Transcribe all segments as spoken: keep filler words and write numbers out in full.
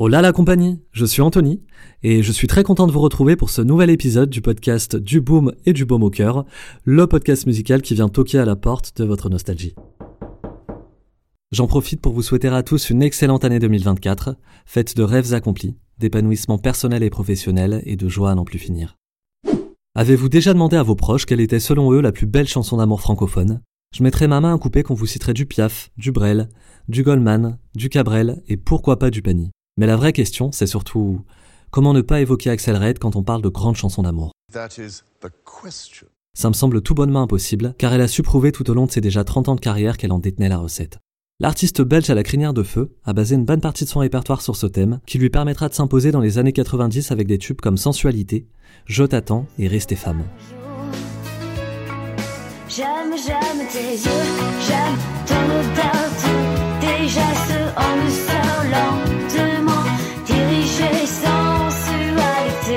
Hola la compagnie, je suis Anthony et je suis très content de vous retrouver pour ce nouvel épisode du podcast Du Boom et du Baume au cœur, le podcast musical qui vient toquer à la porte de votre nostalgie. J'en profite pour vous souhaiter à tous une excellente année deux mille vingt-quatre, faite de rêves accomplis, d'épanouissement personnel et professionnel et de joie à n'en plus finir. Avez-vous déjà demandé à vos proches quelle était selon eux la plus belle chanson d'amour francophone ? Je mettrai ma main à couper qu'on vous citerait du Piaf, du Brel, du Goldman, du Cabrel et pourquoi pas du Pagny. Mais la vraie question, c'est surtout comment ne pas évoquer Axel Red quand on parle de grandes chansons d'amour. That is the question. Ça me semble tout bonnement impossible, car elle a su prouver tout au long de ses déjà trente ans de carrière qu'elle en détenait la recette. L'artiste belge à la crinière de feu a basé une bonne partie de son répertoire sur ce thème, qui lui permettra de s'imposer dans les années quatre-vingt-dix avec des tubes comme Sensualité, Je t'attends et Restez femme. J'aime, j'aime tes yeux, j'aime ton odeur, tout déjà ce en me sort lentement, dirigé sensualité.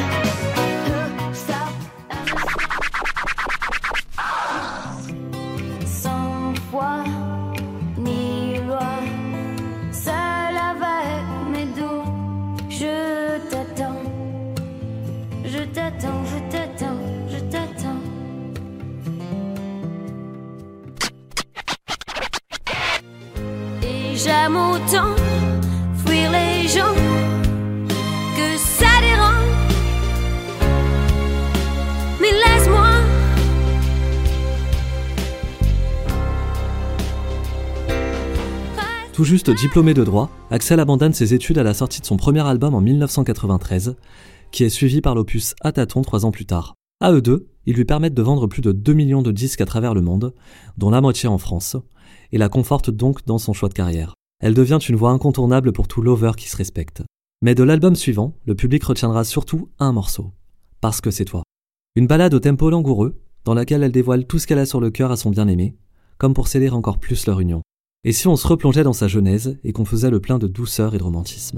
Sans foi ni loi, seul avec mes doutes, je t'attends, je t'attends, je t'attends, je t'attends. J'aime autant fuir les gens que ça dérange. Mais laisse-moi. Tout juste diplômé de droit, Axel abandonne ses études à la sortie de son premier album en dix-neuf cent quatre-vingt-treize, qui est suivi par l'opus À tâtons trois ans plus tard. À eux deux, ils lui permettent de vendre plus de deux millions de disques à travers le monde, dont la moitié en France, et la conforte donc dans son choix de carrière. Elle devient une voix incontournable pour tout lover qui se respecte. Mais de l'album suivant, le public retiendra surtout un morceau. Parce que c'est toi. Une ballade au tempo langoureux, dans laquelle elle dévoile tout ce qu'elle a sur le cœur à son bien-aimé, comme pour sceller encore plus leur union. Et si on se replongeait dans sa genèse et qu'on faisait le plein de douceur et de romantisme.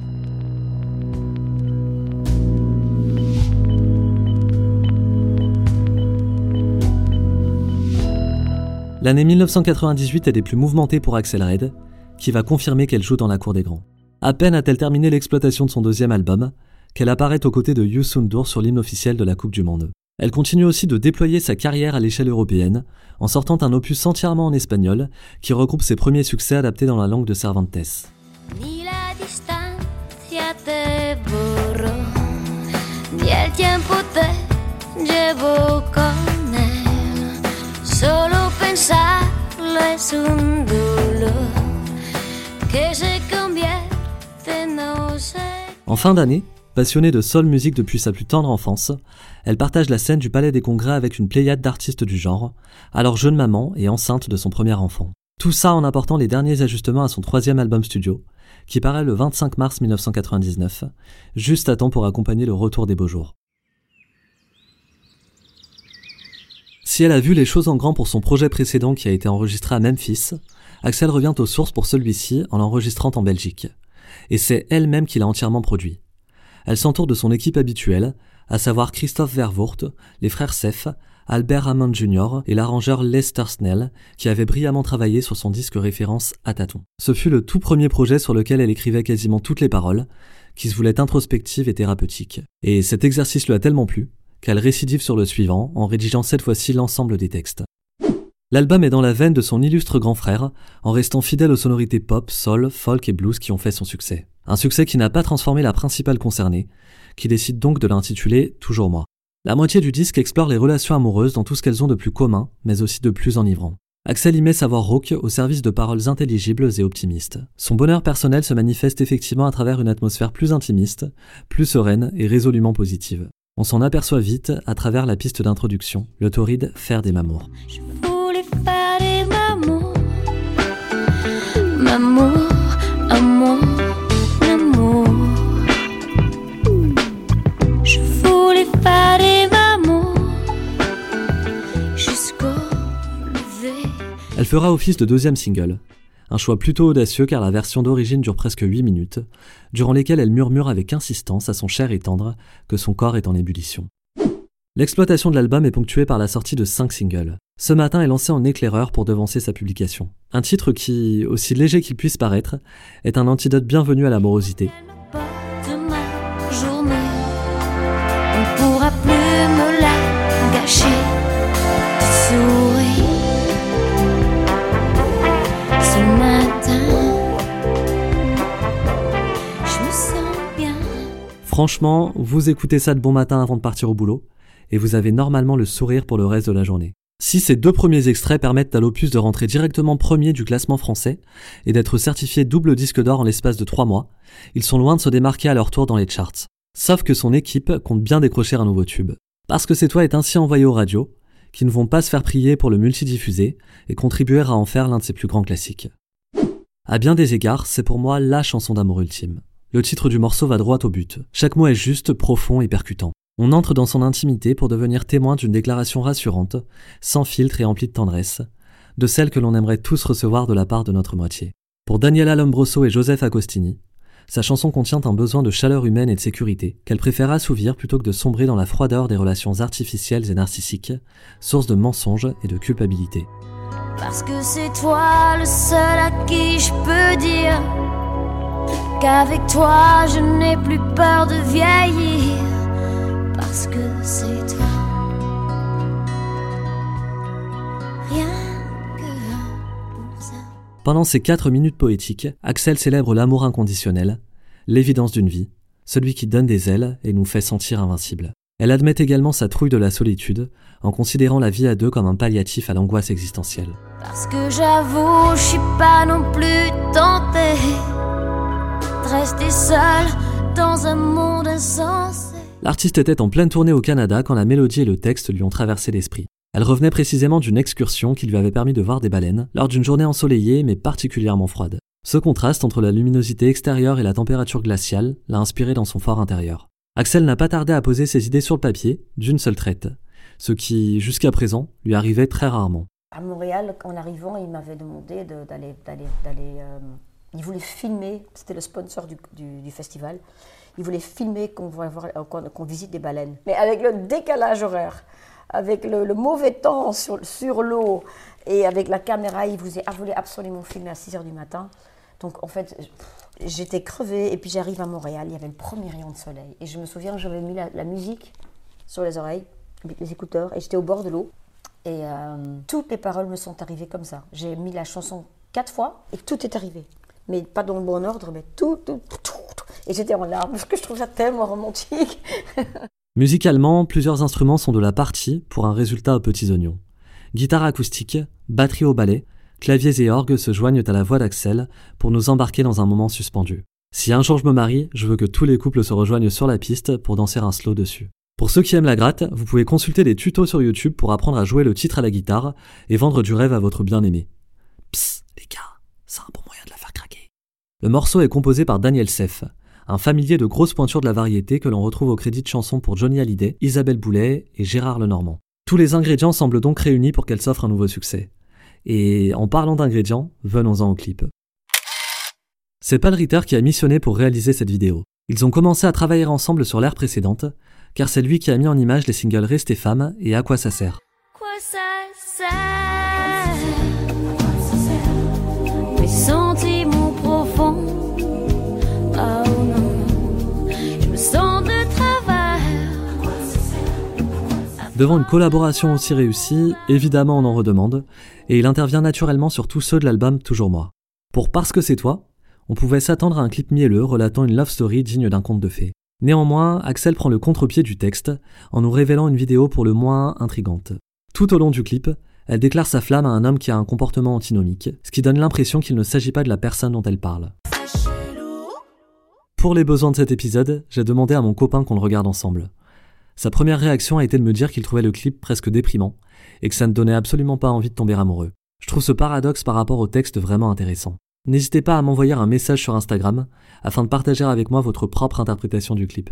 L'année dix-neuf cent quatre-vingt-dix-huit est des plus mouvementées pour Axel Red, qui va confirmer qu'elle joue dans la cour des grands. À peine a-t-elle terminé l'exploitation de son deuxième album, qu'elle apparaît aux côtés de Youssou N'Dour sur l'hymne officiel de la Coupe du Monde. Elle continue aussi de déployer sa carrière à l'échelle européenne, en sortant un opus entièrement en espagnol, qui regroupe ses premiers succès adaptés dans la langue de Cervantes. Ni la distancia te borró, ni el tiempo te llevó con él. Solo pensarlo es un dolor que se convierte en no sé. En fin d'année, passionnée de soul music depuis sa plus tendre enfance, elle partage la scène du Palais des Congrès avec une pléiade d'artistes du genre, alors jeune maman et enceinte de son premier enfant. Tout ça en apportant les derniers ajustements à son troisième album studio, qui paraît le vingt-cinq mars dix-neuf cent quatre-vingt-dix-neuf, juste à temps pour accompagner le retour des beaux jours. Si elle a vu les choses en grand pour son projet précédent qui a été enregistré à Memphis, Axel revient aux sources pour celui-ci en l'enregistrant en Belgique. Et c'est elle-même qui l'a entièrement produit. Elle s'entoure de son équipe habituelle, à savoir Christophe Vervoort, les frères Seff, Albert Hammond junior et l'arrangeur Lester Snell, qui avait brillamment travaillé sur son disque référence À tâtons. Ce fut le tout premier projet sur lequel elle écrivait quasiment toutes les paroles, qui se voulait introspective et thérapeutique. Et cet exercice lui a tellement plu, qu'elle récidive sur le suivant, en rédigeant cette fois-ci l'ensemble des textes. L'album est dans la veine de son illustre grand frère, en restant fidèle aux sonorités pop, soul, folk et blues qui ont fait son succès. Un succès qui n'a pas transformé la principale concernée, qui décide donc de l'intituler « Toujours moi ». La moitié du disque explore les relations amoureuses dans tout ce qu'elles ont de plus commun, mais aussi de plus enivrant. Axel y met sa voix rauque au service de paroles intelligibles et optimistes. Son bonheur personnel se manifeste effectivement à travers une atmosphère plus intimiste, plus sereine et résolument positive. On s'en aperçoit vite à travers la piste d'introduction, le torride « Faire des mamours ». Faire des mamours, mamour, amour, amour. Je voulais faire des mamours jusqu'au lever. Elle fera office de deuxième single, un choix plutôt audacieux car la version d'origine dure presque huit minutes, durant lesquelles elle murmure avec insistance à son cher et tendre que son corps est en ébullition. L'exploitation de l'album est ponctuée par la sortie de cinq singles. Ce matin est lancé en éclaireur pour devancer sa publication. Un titre qui, aussi léger qu'il puisse paraître, est un antidote bienvenu à la morosité. Demain, journée, on pourra plus me la gâcher. Souris, ce matin, je me sens bien. Franchement, vous écoutez ça de bon matin avant de partir au boulot, et vous avez normalement le sourire pour le reste de la journée. Si ces deux premiers extraits permettent à l'opus de rentrer directement premier du classement français et d'être certifié double disque d'or en l'espace de trois mois, ils sont loin de se démarquer à leur tour dans les charts. Sauf que son équipe compte bien décrocher un nouveau tube. Parce que c'est toi est ainsi envoyé aux radios, qui ne vont pas se faire prier pour le multidiffuser et contribuer à en faire l'un de ses plus grands classiques. À bien des égards, c'est pour moi la chanson d'amour ultime. Le titre du morceau va droit au but. Chaque mot est juste, profond et percutant. On entre dans son intimité pour devenir témoin d'une déclaration rassurante, sans filtre et emplie de tendresse, de celle que l'on aimerait tous recevoir de la part de notre moitié. Pour Daniela Lombroso et Joseph Agostini, sa chanson contient un besoin de chaleur humaine et de sécurité, qu'elle préfère assouvir plutôt que de sombrer dans la froideur des relations artificielles et narcissiques, source de mensonges et de culpabilité. Parce que c'est toi le seul à qui je peux dire qu'avec toi je n'ai plus peur de vieillir. Parce que c'est toi, rien que pour ça. Pendant ces quatre minutes poétiques, Axel célèbre l'amour inconditionnel, l'évidence d'une vie, celui qui donne des ailes et nous fait sentir invincibles. Elle admet également sa trouille de la solitude, en considérant la vie à deux comme un palliatif à l'angoisse existentielle. Parce que j'avoue, je suis pas non plus tentée de rester seule dans un monde insensé. L'artiste était en pleine tournée au Canada quand la mélodie et le texte lui ont traversé l'esprit. Elle revenait précisément d'une excursion qui lui avait permis de voir des baleines lors d'une journée ensoleillée mais particulièrement froide. Ce contraste entre la luminosité extérieure et la température glaciale l'a inspiré dans son fort intérieur. Axel n'a pas tardé à poser ses idées sur le papier d'une seule traite, ce qui, jusqu'à présent, lui arrivait très rarement. À Montréal, en arrivant, il m'avait demandé de, d'aller... d'aller, d'aller euh, il voulait filmer, c'était le sponsor du, du, du festival. Il voulait filmer qu'on, va voir, qu'on, qu'on visite des baleines. Mais avec le décalage horaire, avec le, le mauvais temps sur, sur l'eau et avec la caméra, il voulait, il voulait absolument filmer à six heures du matin. Donc en fait, j'étais crevée et puis j'arrive à Montréal, il y avait le premier rayon de soleil. Et je me souviens que j'avais mis la, la musique sur les oreilles, avec les écouteurs, et j'étais au bord de l'eau. Et euh, toutes les paroles me sont arrivées comme ça. J'ai mis la chanson quatre fois et tout est arrivé. Mais pas dans le bon ordre, mais tout, tout, tout, tout. Et j'étais en larmes, parce que je trouve ça tellement romantique. Musicalement, plusieurs instruments sont de la partie pour un résultat aux petits oignons. Guitare acoustique, batterie au ballet, claviers et orgues se joignent à la voix d'Axel pour nous embarquer dans un moment suspendu. Si un jour je me marie, je veux que tous les couples se rejoignent sur la piste pour danser un slow dessus. Pour ceux qui aiment la gratte, vous pouvez consulter des tutos sur YouTube pour apprendre à jouer le titre à la guitare et vendre du rêve à votre bien-aimé. Psst, les gars, c'est un bon moyen de la faire craquer. Le morceau est composé par Daniel Seff, un familier de grosses pointures de la variété que l'on retrouve au crédit de chansons pour Johnny Hallyday, Isabelle Boulay et Gérard Lenormand. Tous les ingrédients semblent donc réunis pour qu'elle s'offre un nouveau succès. Et en parlant d'ingrédients, venons-en au clip. C'est Paul Ritter qui a missionné pour réaliser cette vidéo. Ils ont commencé à travailler ensemble sur l'ère précédente, car c'est lui qui a mis en image les singles Restez femme et À quoi ça sert. Quoi ça sert? Mes sentiments profonds. Oh non, je me sens de travers. Devant une collaboration aussi réussie, évidemment on en redemande, et il intervient naturellement sur tous ceux de l'album Toujours moi. Pour Parce que c'est toi, on pouvait s'attendre à un clip mielleux relatant une love story digne d'un conte de fées. Néanmoins, Axel prend le contre-pied du texte en nous révélant une vidéo pour le moins intrigante. Tout au long du clip, elle déclare sa flamme à un homme qui a un comportement antinomique, ce qui donne l'impression qu'il ne s'agit pas de la personne dont elle parle. Pour les besoins de cet épisode, j'ai demandé à mon copain qu'on le regarde ensemble. Sa première réaction a été de me dire qu'il trouvait le clip presque déprimant et que ça ne donnait absolument pas envie de tomber amoureux. Je trouve ce paradoxe par rapport au texte vraiment intéressant. N'hésitez pas à m'envoyer un message sur Instagram afin de partager avec moi votre propre interprétation du clip.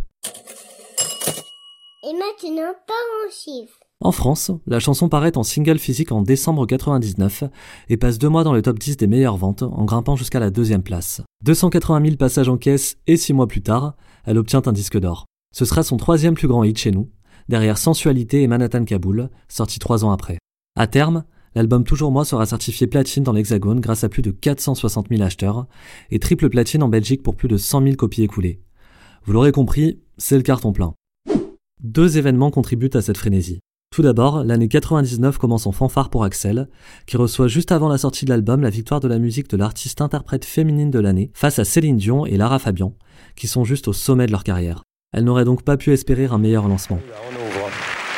Et maintenant, pas en chiffres. En France, la chanson paraît en single physique en décembre quatre-vingt-dix-neuf et passe deux mois dans le top dix des meilleures ventes en grimpant jusqu'à la deuxième place. deux cent quatre-vingt mille passages en caisse et six mois plus tard, elle obtient un disque d'or. Ce sera son troisième plus grand hit chez nous, derrière Sensualité et Manhattan Kaboul, sortis trois ans après. À terme, l'album Toujours Moi sera certifié platine dans l'Hexagone grâce à plus de quatre cent soixante mille acheteurs et triple platine en Belgique pour plus de cent mille copies écoulées. Vous l'aurez compris, c'est le carton plein. Deux événements contribuent à cette frénésie. Tout d'abord, l'année quatre-vingt-dix-neuf commence en fanfare pour Axel, qui reçoit juste avant la sortie de l'album la victoire de la musique de l'artiste interprète féminine de l'année face à Céline Dion et Lara Fabian, qui sont juste au sommet de leur carrière. Elle n'aurait donc pas pu espérer un meilleur lancement. On ouvre.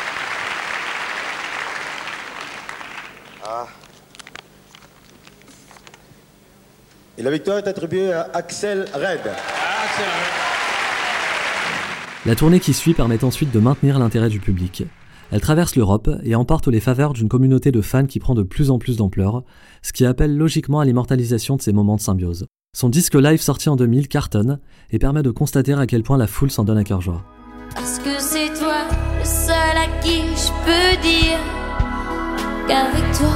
Ah. Et la victoire est attribuée à Axel Red. Ah, Axel Red. La tournée qui suit permet ensuite de maintenir l'intérêt du public. Elle traverse l'Europe et emporte les faveurs d'une communauté de fans qui prend de plus en plus d'ampleur, ce qui appelle logiquement à l'immortalisation de ces moments de symbiose. Son disque live sorti en deux mille cartonne et permet de constater à quel point la foule s'en donne à cœur joie. Parce que c'est toi le seul à qui je peux dire qu'avec toi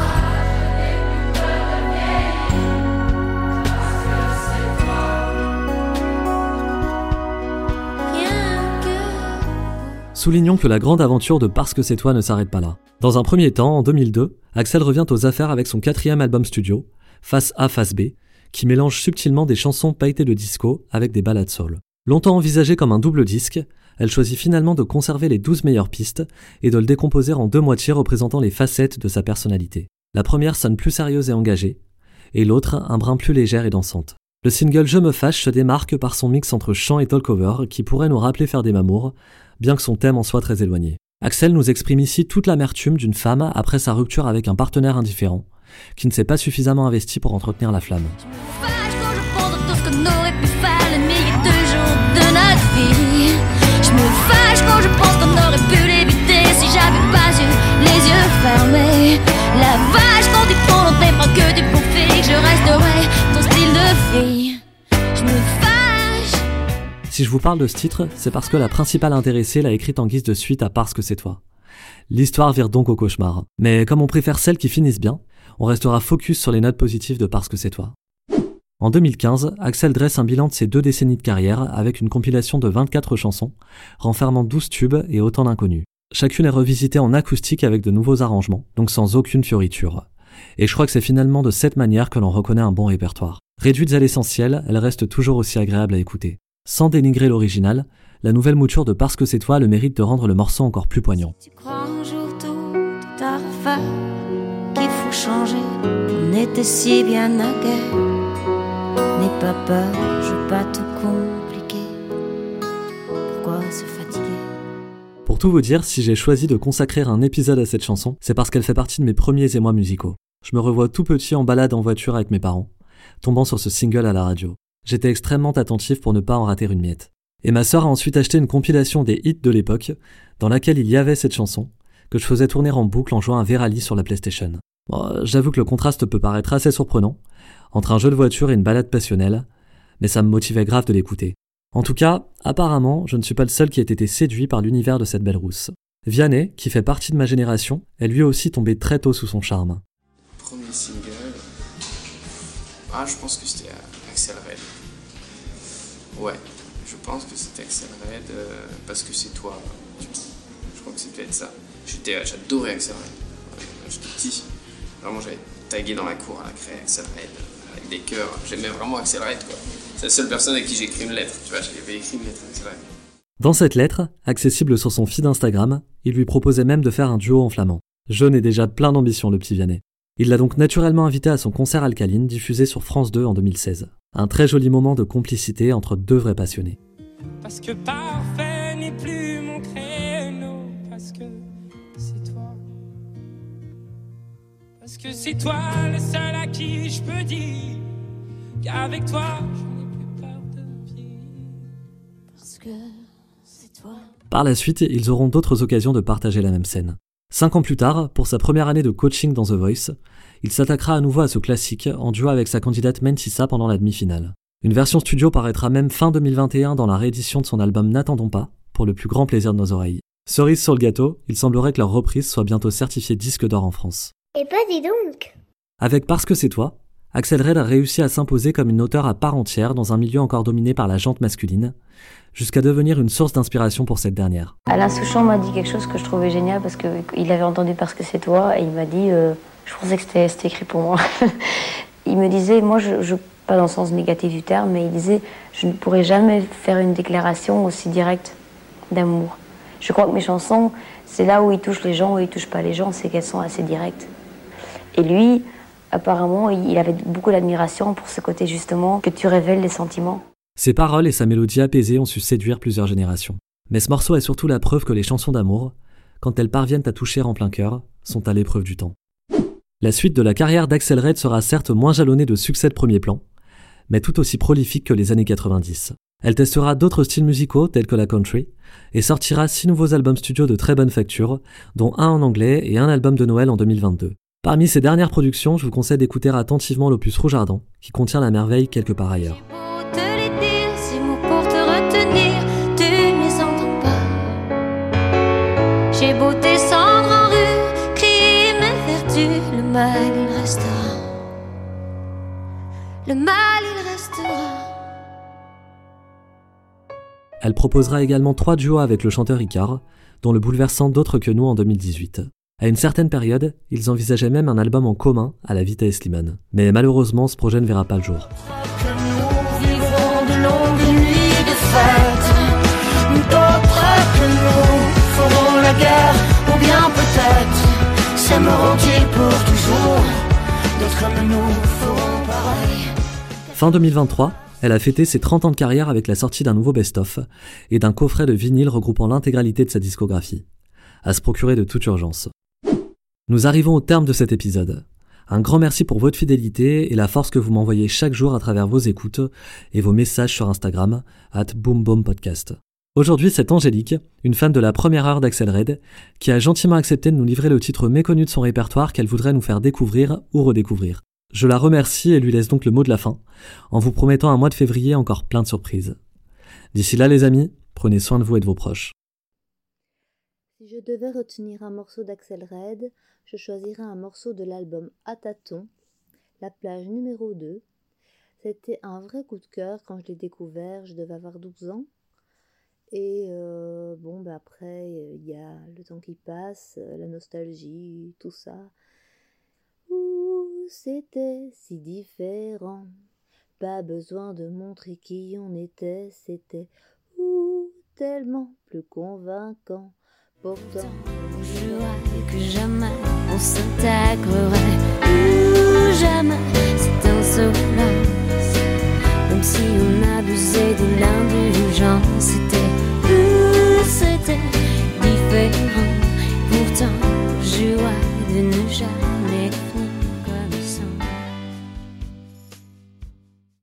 Soulignons que la grande aventure de Parce que c'est toi ne s'arrête pas là. Dans un premier temps, en deux mille deux, Axel revient aux affaires avec son quatrième album studio, Face A, Face B, qui mélange subtilement des chansons pailletées de disco avec des ballades soul. Longtemps envisagée comme un double disque, elle choisit finalement de conserver les douze meilleures pistes et de le décomposer en deux moitiés représentant les facettes de sa personnalité. La première sonne plus sérieuse et engagée, et l'autre un brin plus légère et dansante. Le single Je me fâche se démarque par son mix entre chant et talk-over qui pourrait nous rappeler Faire des mamours, bien que son thème en soit très éloigné. Axel nous exprime ici toute l'amertume d'une femme après sa rupture avec un partenaire indifférent, qui ne s'est pas suffisamment investi pour entretenir la flamme. Je me fâche quand je pense de tout ce qu'on aurait pu faire les milliers de jours de notre vie. Je me fâche quand je pense qu'on aurait pu l'éviter si j'avais pas eu les yeux fermés. La vache quand tu prends dans tes bras que tu bouffes, je resterai ton style de fille. Je me fâche. Si je vous parle de ce titre, c'est parce que la principale intéressée l'a écrite en guise de suite à Parce que c'est toi. L'histoire vire donc au cauchemar. Mais comme on préfère celles qui finissent bien, on restera focus sur les notes positives de Parce que c'est toi. En deux mille quinze, Axel dresse un bilan de ses deux décennies de carrière avec une compilation de vingt-quatre chansons, renfermant douze tubes et autant d'inconnus. Chacune est revisitée en acoustique avec de nouveaux arrangements, donc sans aucune fioriture. Et je crois que c'est finalement de cette manière que l'on reconnaît un bon répertoire. Réduites à l'essentiel, elles restent toujours aussi agréables à écouter. Sans dénigrer l'original, la nouvelle mouture de Parce que c'est toi a le mérite de rendre le morceau encore plus poignant. Tu crois un jour tout à refaire, qu'il faut changer, on était si bien naguère. N'aie pas peur, je veux pas tout compliquer. Pourquoi se fatiguer? Pour tout vous dire, si j'ai choisi de consacrer un épisode à cette chanson, c'est parce qu'elle fait partie de mes premiers émois musicaux. Je me revois tout petit en balade en voiture avec mes parents, tombant sur ce single à la radio. J'étais extrêmement attentif pour ne pas en rater une miette. Et ma sœur a ensuite acheté une compilation des hits de l'époque, dans laquelle il y avait cette chanson, que je faisais tourner en boucle en jouant à Verali sur la PlayStation. Bon, j'avoue que le contraste peut paraître assez surprenant, entre un jeu de voiture et une balade passionnelle, mais ça me motivait grave de l'écouter. En tout cas, apparemment, je ne suis pas le seul qui ait été séduit par l'univers de cette belle rousse. Vianney, qui fait partie de ma génération, est lui aussi tombé très tôt sous son charme. Premier single, ah je pense que c'était Axel Red. Ouais, je pense que c'était Axel Red euh, parce que c'est toi. Tu vois. Je crois que c'est peut-être ça. J'étais, j'adorais Axel Red. Ouais, quand j'étais petit, vraiment j'avais tagué dans la cour à la craie Axel Red avec des cœurs. J'aimais vraiment Axel Red quoi. C'est la seule personne à qui j'ai écrit une lettre. Tu vois, j'avais écrit une lettre à Axel Red. Dans cette lettre, accessible sur son feed Instagram, il lui proposait même de faire un duo en flamand. Jeune et déjà plein d'ambition, le petit Vianney. Il l'a donc naturellement invité à son concert Alcaline, diffusé sur France deux en deux mille seize. Un très joli moment de complicité entre deux vrais passionnés. Parce que parfait n'est plus mon créneau, parce que c'est toi. Parce que c'est toi le seul à qui je peux dire qu'avec toi, je n'ai plus peur de vivre. Parce que c'est toi. Par la suite, ils auront d'autres occasions de partager la même scène. Cinq ans plus tard, pour sa première année de coaching dans The Voice, il s'attaquera à nouveau à ce classique en duo avec sa candidate Mentissa pendant la demi-finale. Une version studio paraîtra même fin deux mille vingt et un dans la réédition de son album N'attendons pas, pour le plus grand plaisir de nos oreilles. Cerise sur le gâteau, il semblerait que leur reprise soit bientôt certifiée disque d'or en France. Et pas dis donc. Avec Parce que c'est toi, Axel Red a réussi à s'imposer comme une auteure à part entière dans un milieu encore dominé par la jante masculine, jusqu'à devenir une source d'inspiration pour cette dernière. Alain Souchon m'a dit quelque chose que je trouvais génial parce qu'il avait entendu Parce que c'est toi et il m'a dit, euh, je pensais que c'était, c'était écrit pour moi. Il me disait, moi, je, je, pas dans le sens négatif du terme, mais il disait, je ne pourrais jamais faire une déclaration aussi directe d'amour. Je crois que mes chansons, c'est là où ils touchent les gens, où ils touchent pas les gens, c'est qu'elles sont assez directes. Et lui, apparemment, il avait beaucoup d'admiration pour ce côté justement que tu révèles les sentiments. Ses paroles et sa mélodie apaisée ont su séduire plusieurs générations. Mais ce morceau est surtout la preuve que les chansons d'amour, quand elles parviennent à toucher en plein cœur, sont à l'épreuve du temps. La suite de la carrière d'Axel Red sera certes moins jalonnée de succès de premier plan, mais tout aussi prolifique que les années quatre-vingt-dix. Elle testera d'autres styles musicaux tels que la country, et sortira six nouveaux albums studio de très bonne facture, dont un en anglais et un album de Noël en deux mille vingt-deux. Parmi ces dernières productions, je vous conseille d'écouter attentivement l'opus Rouge Ardent, qui contient la merveille quelque part ailleurs. J'ai beau descendre en rue, crier mes vertus, le mal il restera. Le mal il restera. Elle proposera également trois duos avec le chanteur Icare, dont le bouleversant D'autres que nous en deux mille dix-huit. À une certaine période, ils envisageaient même un album en commun à la Vita et Slimane. Mais malheureusement, ce projet ne verra pas le jour. Nous vivrons de longues nuits de fête. D'autres que nous feront la guerre, ou bien peut-être s'aimeront-ils pour toujours. D'autres comme nous feront pareil. Fin deux mille vingt-trois, elle a fêté ses trente ans de carrière avec la sortie d'un nouveau best-of et d'un coffret de vinyle regroupant l'intégralité de sa discographie. À se procurer de toute urgence. Nous arrivons au terme de cet épisode. Un grand merci pour votre fidélité et la force que vous m'envoyez chaque jour à travers vos écoutes et vos messages sur Instagram, at boomboompodcast. Aujourd'hui, c'est Angélique, une fan de la première heure d'Axel Red, qui a gentiment accepté de nous livrer le titre méconnu de son répertoire qu'elle voudrait nous faire découvrir ou redécouvrir. Je la remercie et lui laisse donc le mot de la fin, en vous promettant un mois de février encore plein de surprises. D'ici là les amis, prenez soin de vous et de vos proches. Si je devais retenir un morceau d'Axel Red, je choisirais un morceau de l'album À tâtons, La plage numéro deux. C'était un vrai coup de cœur quand je l'ai découvert, je devais avoir douze ans. Et euh, bon, bah après, il y a le temps qui passe, la nostalgie, tout ça. Ouh, c'était si différent. Pas besoin de montrer qui on était, c'était ouh, tellement plus convaincant. Pourtant, je vois que jamais on s'intégrerait. Ou jamais c'est insolence. Même si on abusait de l'indulgence, c'était ou c'était différent. Pourtant, je vois de ne jamais